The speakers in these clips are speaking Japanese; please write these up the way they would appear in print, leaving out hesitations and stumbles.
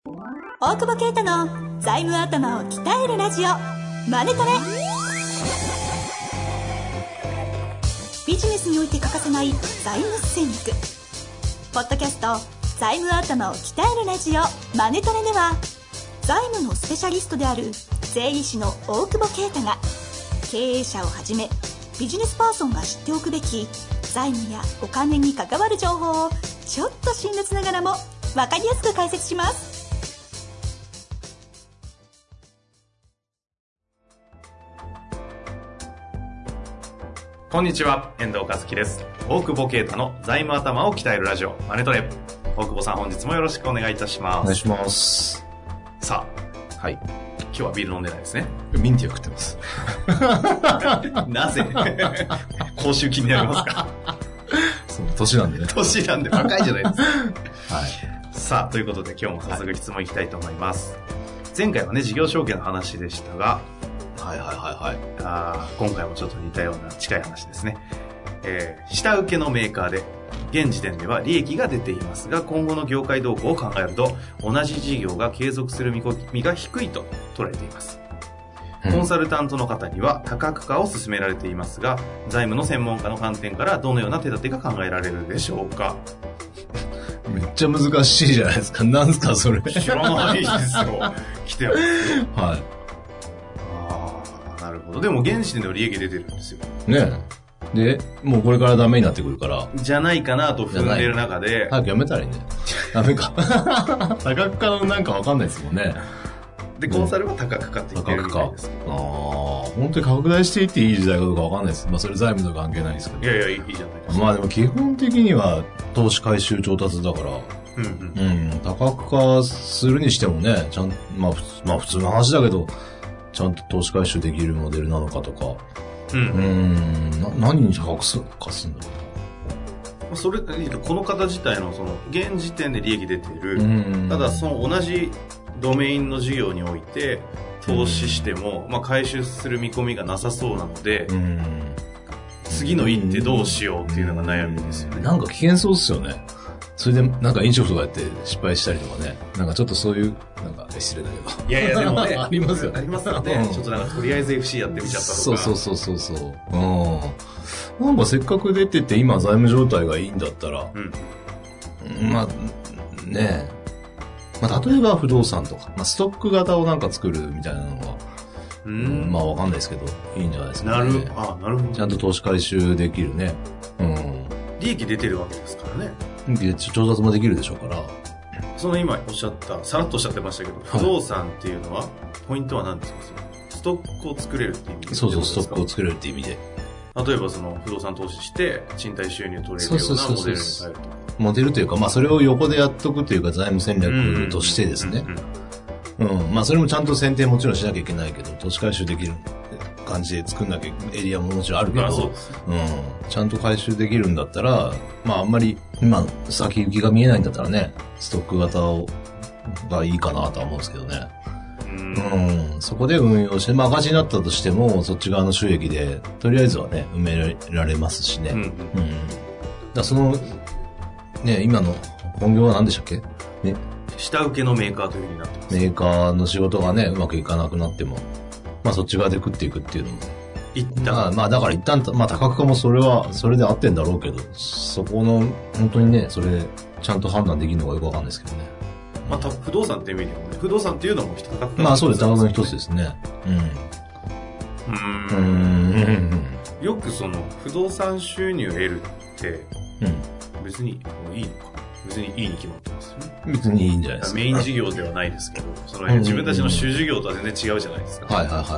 大久保啓太の財務頭を鍛えるラジオマネトレ。ビジネスにおいて欠かせない財務戦略。ポッドキャスト財務頭を鍛えるラジオマネトレでは、財務のスペシャリストである税理士の大久保啓太が、経営者をはじめビジネスパーソンが知っておくべき財務やお金に関わる情報をちょっと辛辣ながらも分かりやすく解説します。 こんにちは、遠藤和樹です。大久保啓太の財務頭を鍛えるラジオマネトレ。大久保さん、本日もよろしくお願いいたします。 お願いします。 さあ、 はい。 今日はビール飲んでないですね。 ミンティア食ってます。 なぜ口臭気になりますか？ その年なんでね。 年なんで若いじゃないですか。 はい。 さあ、ということで今日も早速質問いきたいと思います。前回はね、事業承継の話でしたが、今回もちょっと似たような近い話ですね。下請けのメーカーで現時点では利益が出ていますが、今後の業界動向を考えると同じ事業が継続する見込みが低いと捉えています。コンサルタントの方には多角化を進められていますが、財務の専門家の観点からどのような手立てが考えられるでしょうか？ めっちゃ難しいじゃないですか。なんすかそれ。 知らないですよ。来てます。 はい。 なるほど。でも現時点では利益出てるんですよ。 ねえ。で、もうこれからダメになってくるから。 じゃないかなと踏んでる中で。 早くやめたらいいね。ダメか。多角化のなんかわかんないですもんね。 で、コンサルは多角化って言ってるみたいですけど。 本当に拡大していっていい時代かどうかわかんないです。まあそれ財務と関係ないですけど。 いや、いいじゃないですか。 まあでも基本的には投資回収調達だから。多角化するにしてもね、ちゃん、まあ普通の話だけど、ちゃんと投資回収できるモデルなのかとか。何に多角化するんだろうな。 それ、この方自体のその、現時点で利益出ている。ただ、その同じドメインの事業において、投資しても、まあ回収する見込みがなさそうなので、次の一手どうしようっていうのが悩みですよね。 なんか危険そうですよね。それでなんか飲食とかやって失敗したりとかね。なんかちょっとそういう、なんか失礼だけど。 いやでもね。 ありますよね。 ありますよね。ちょっとなんかとりあえず FC やってみちゃったとか。 そう。なんかせっかく出てて今財務状態がいいんだったら、まあ、ねえ。まあ例えば不動産とか、まあストック型をなんか作るみたいなのが、まあわかんないですけど、いいんじゃないですかね。 なるほど。 ちゃんと投資回収できるね。 利益出てるわけですからね。 調達もできるでしょうから。 その今おっしゃった、さらっとおっしゃってましたけど、不動産っていうのは、ポイントは何ですか？ストックを作れるっていう意味で。 そう、ストックを作れるっていう意味で。 例えばその不動産投資して、賃貸収入取れるようなモデルに変えると。 モデルというか、まあそれを横でやっとくというか財務戦略としてですね。まあそれもちゃんと選定もちろんしなきゃいけないけど、投資回収できる感じで作んなきゃエリアももちろんあるけど、ちゃんと回収できるんだったら、まああんまり今先行きが見えないんだったらね、ストック型がいいかなとは思うんですけどね。そこで運用して、まあ赤字になったとしても、そっち側の収益で、とりあえずはね、埋められますしね。だその、ね、今の本業は何でしたっけね。 下請けのメーカーという風になってます。 メーカーの仕事がね、うまくいかなくなっても、まあそっち側で食っていくっていうのも。まあだから一旦、まあ多角化もそれで合ってんだろうけど、そこの、本当にね、それ、ちゃんと判断できるのがよくわかんないですけどね。 まあ不動産っていう意味でもね、不動産っていうのも多角化。 まあそうです、多角化の一つですね。 よくその、不動産収入を得るって、別にいいのか。別にいいに決まってますよね。 別にいいんじゃないですか。 メイン事業ではないですけど、その自分たちの主事業とは全然違うじゃないですか。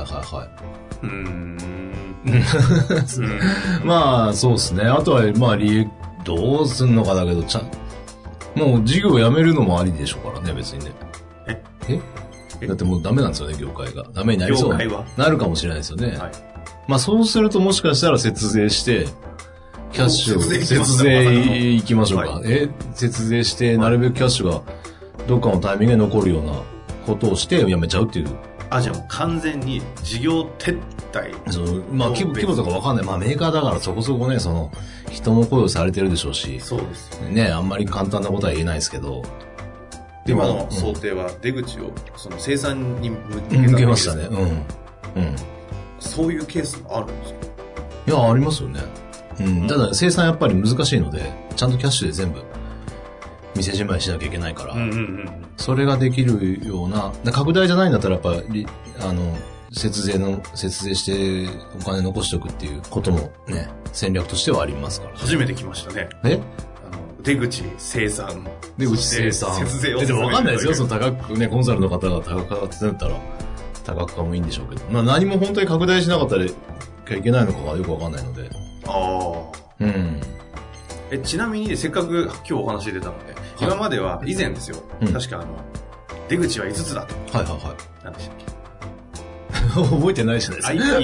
まあそうですね。あとはまあ利益どうすんのかだけど、もう事業をやめるのもありでしょうからね、別にね。だってもうダメなんですよね、業界が。ダメになりそうなるかもしれないですよね。まあそうするともしかしたら節税して、キャッシュを、節税行きましょうか。節税して、なるべくキャッシュがどっかのタイミングで残るようなことをしてやめちゃうっていう。 じゃあもう完全に事業撤退。 まあ規模とかわかんない。まあメーカーだからそこそこね、人の声をされてるでしょうし。 そうですよね。あんまり簡単なことは言えないですけど。 今の想定は出口をその生産に向けましたね。 そういうケースもあるんですか？ いや、ありますよね。ただ生産やっぱり難しいので、ちゃんとキャッシュで全部店じまいしなきゃいけないから、それができるような、拡大じゃないんだったらやっぱり、節税してお金残しておくっていうこともね、戦略としてはありますから。 初めて来ましたね。出口生産。節税を。 でも分かんないですよ、その高くね、コンサルの方が高く買ってたら、多額化もいいんでしょうけど。何も本当に拡大しなかったらいけないのかがよく分かんないので。 ちなみにせっかく今日お話出たので、今までは以前ですよ、確か出口は5つだと。何でしたっけ？ 覚えてないじゃないですか。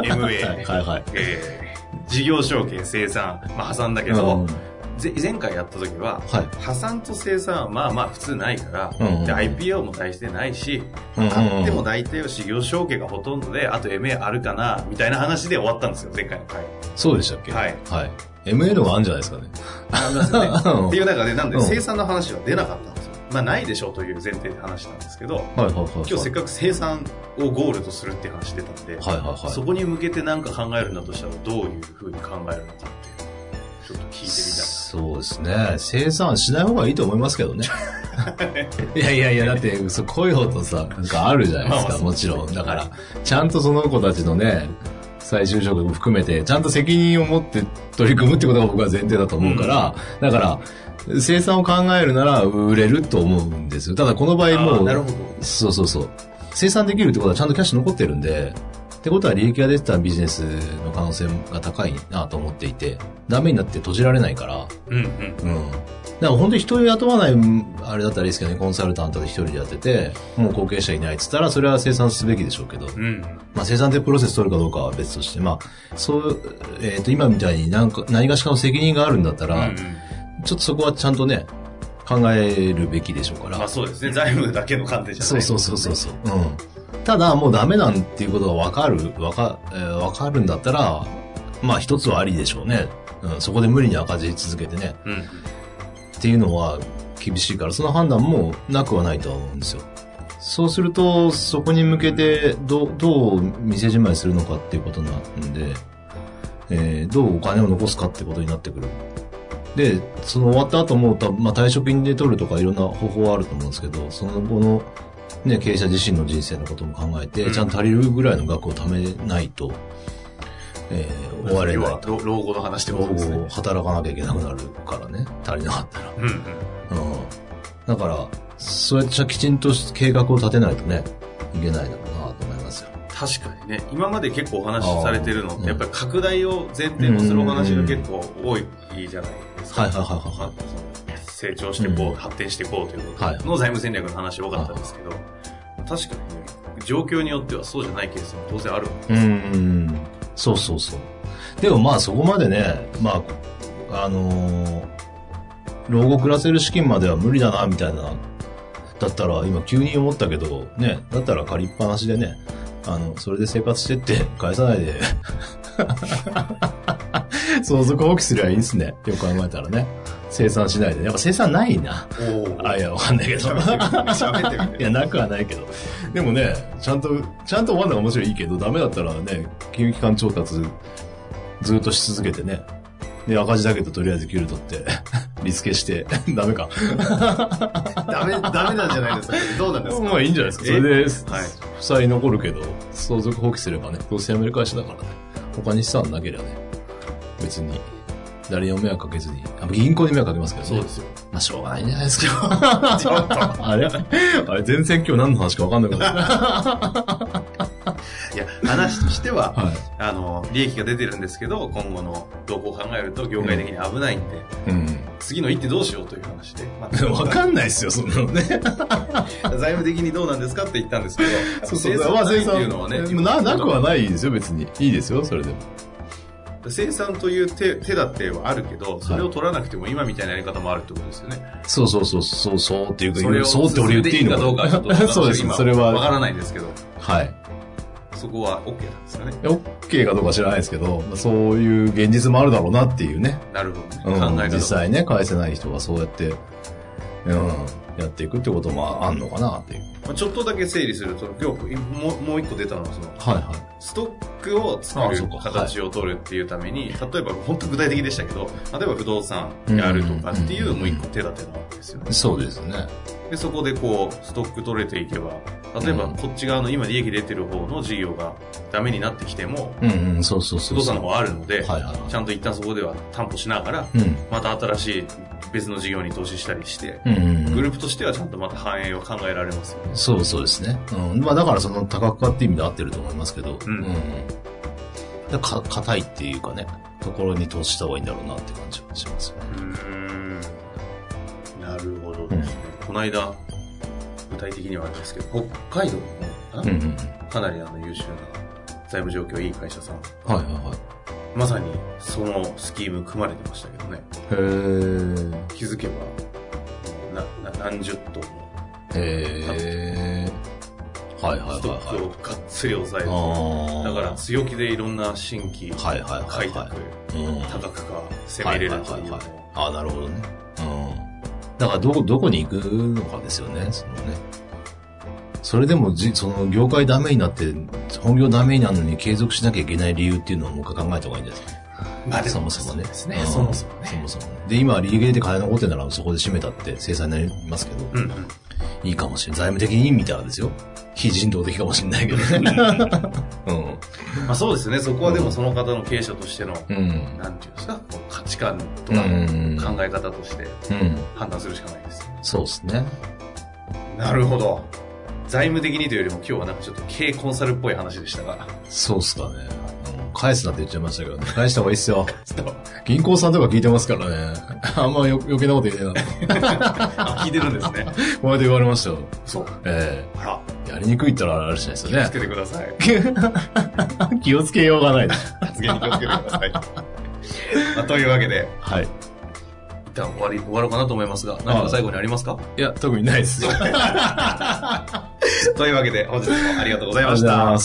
IPO、MA、事業承継、生産、破産だけど、前回やった時は、破産と生産はまあ普通ないから、で IPO も大してないし、あっても大体は事業承継がほとんどで、あと MA あるかなみたいな話で終わったんですよ、前回の回。 そうでしたっけ？MA のがあるんじゃないですかね。 っていう中で、なんで生産の話は出なかったんですよ。ないでしょうという前提で話したんですけど、今日せっかく生産をゴールとするっていう話出たんで、そこに向けて何か考えるんだとしたらどういうふうに考えるのかってちょっと聞いてみたい。 そうですね。生産しない方がいいと思いますけどね。いや、だって、雇用とさ、なんかあるじゃないですか、もちろん。だから、ちゃんとその子たちのね、再就職も含めて、ちゃんと責任を持って取り組むってことが僕は前提だと思うから、だから、生産を考えるなら売れると思うんですよ。ただこの場合も、 なるほど。 そう。生産できるってことはちゃんとキャッシュ残ってるんで、ってことは利益が出てたビジネスの可能性が高いなと思っていて、ダメになって閉じられないから、だから本当に人を雇わない、あれだったらいいですけどね、コンサルタントで一人でやってて、もう後継者いないって言ったら、それは生産すべきでしょうけど、生産でプロセス取るかどうかは別として、今みたいに何がしかの責任があるんだったら、ちょっとそこはちゃんとね、考えるべきでしょうから。 そうですね。財務だけの観点じゃない。 そう。ただ、もうダメなんていうことがわかるんだったら、一つはありでしょうね。そこで無理に赤字続けてね。っていうのは厳しいから、その判断もなくはないとは思うんですよ。そうすると、そこに向けてどう店じまいするのかっていうことなんで、どうお金を残すかってことになってくる。で、その終わった後も退職金で取るとかいろんな方法はあると思うんですけど、その後のね、経営者自身の人生のことも考えて、ちゃんと足りるぐらいの額を貯めないと、終われないと。 老後の話ってことですね。 老後働かなきゃいけなくなるからね、足りなかったら。だから、そうやってきちんと計画を立てないとね、いけないだろうなと思いますよ。 確かにね、今まで結構お話しされてるのって、やっぱり拡大を前提とするお話が結構多いじゃないですか。成長してこう、発展していこうということの財務戦略の話多かったんですけど、確かにね、状況によってはそうじゃないケースも当然あるわけですよ。 そう。でもそこまでね、老後暮らせる資金までは無理だな、みたいな、だったら、今急に思ったけど、ね、だったら借りっぱなしでね、それで生活してって返さないで、相続放棄すればいいですね。よく考えたらね。生産しないで。やっぱ生産ないな。いや、わかんないけど。 喋ってみて。 いや、なくはないけど。でもね、ちゃんと終わるのがもちろんいいけど、ダメだったらね、金融機関調達ずっとし続けてね。で、赤字だけどとりあえず給料取って、リスケして、ダメか。 ダメなんじゃないですか。どうなんですか。 いいんじゃないですか。それで、負債残るけど、相続放棄すればね、どうせ辞める会社だからね。他に資産なければね、別に、誰にも迷惑かけずに、銀行に迷惑かけますけどね。 そうですよ。 しょうがないんじゃないですか。ちょっと。あれ全然今日何の話か分かんなかった。 いや、話としては、利益が出てるんですけど、今後の動向を考えると業界的に危ないんで、次の一手どうしようという話で。 分かんないですよ、そんなのね。 財務的にどうなんですかって言ったんですけど、 生産っていうのはね、なくはないですよ、別に。いいですよ、それでも。 生産という手立てはあるけど、それを取らなくても今みたいなやり方もあるってことですよね。 そうっていうか、そうって俺言っていいのかどうかちょっとそうです、それは。 わからないですけど。 はい。 そこは OK なんですかね。 OK かどうか知らないですけど、そういう現実もあるだろうなっていうね。 なるほどね。考え方。 実際ね、返せない人がそうやって、 やっていくってこともあんのかなっていう。 ちょっとだけ整理すると、今日もう一個出たのは、 はいはい。 ストックを作る形を取るっていうために、例えば本当具体的でしたけど、例えば不動産やるとかっていうもう一個手立てなわけですよね。 そうですね。 で、そこでこう、ストック取れていけば、例えばこっち側の今利益出てる方の事業がダメになってきても、 そうそうそう。 不動産の方あるので、 はいはい、 ちゃんと一旦そこでは担保しながら、また新しい別の事業に投資したりして、グループとしてはちゃんとまた反映を考えられますよね。 そうですね。まあだからその多角化っていう意味で合ってると思いますけど、硬いっていうかね、ところに投資した方がいいんだろうなって感じがしますよね。 なるほどですね。この間、具体的にはあれですけど、北海道のかなり優秀な財務状況いい会社さん。まさにそのスキーム組まれてましたけどね。気づけば何十トンもストックをがっつり抑えて、だから強気でいろんな新規開拓、多角化攻めれるというのを。 なるほどね。だからどこに行くのかですよね。それでもその業界ダメになって本業ダメになるのに継続しなきゃいけない理由っていうのをもう一回考えた方がいいんですかね。 まあでもそもそもね。 そもそもね。 で、今利益出て金残ってんならそこで締めたって制裁になりますけど、いいかもしれない。財務的に見たらですよ。非人道的かもしれないけどね。 まあそうですね。そこはでもその方の経営者としての、なんていうんですか、価値観とか考え方として判断するしかないです。 そうですね。 なるほど。財務的にというよりも今日はなんかちょっと経営コンサルっぽい話でしたが。 そうっすかね。返すなって言っちゃいましたけどね。返した方がいいっすよ。銀行さんとか聞いてますからね。あんま余計なこと言えないな。 聞いてるんですね。 こうやって言われましたよ。 そう。 あら。やりにくいったらあれしないですよね。 気をつけてください。 気をつけようがないです。 発言に気をつけてください。というわけで。 はい。 一旦終わろうかなと思いますが、何か最後にありますか？ いや、特にないです。 というわけで、本日もありがとうございました。 ありがとうございます。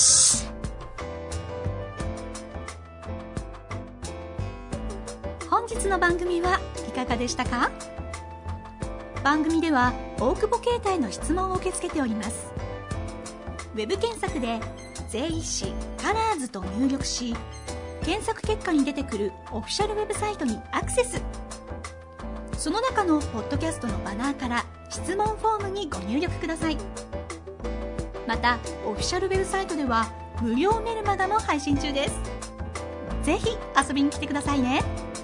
本日の番組はいかがでしたか？番組では大久保携帯の質問を受け付けております。ウェブ検索で税理士カラーズと入力し、検索結果に出てくるオフィシャルウェブサイトにアクセス。その中のポッドキャストのバナーから質問フォームにご入力ください。またオフィシャルウェブサイトでは無料メルマガも配信中です。ぜひ遊びに来てくださいね。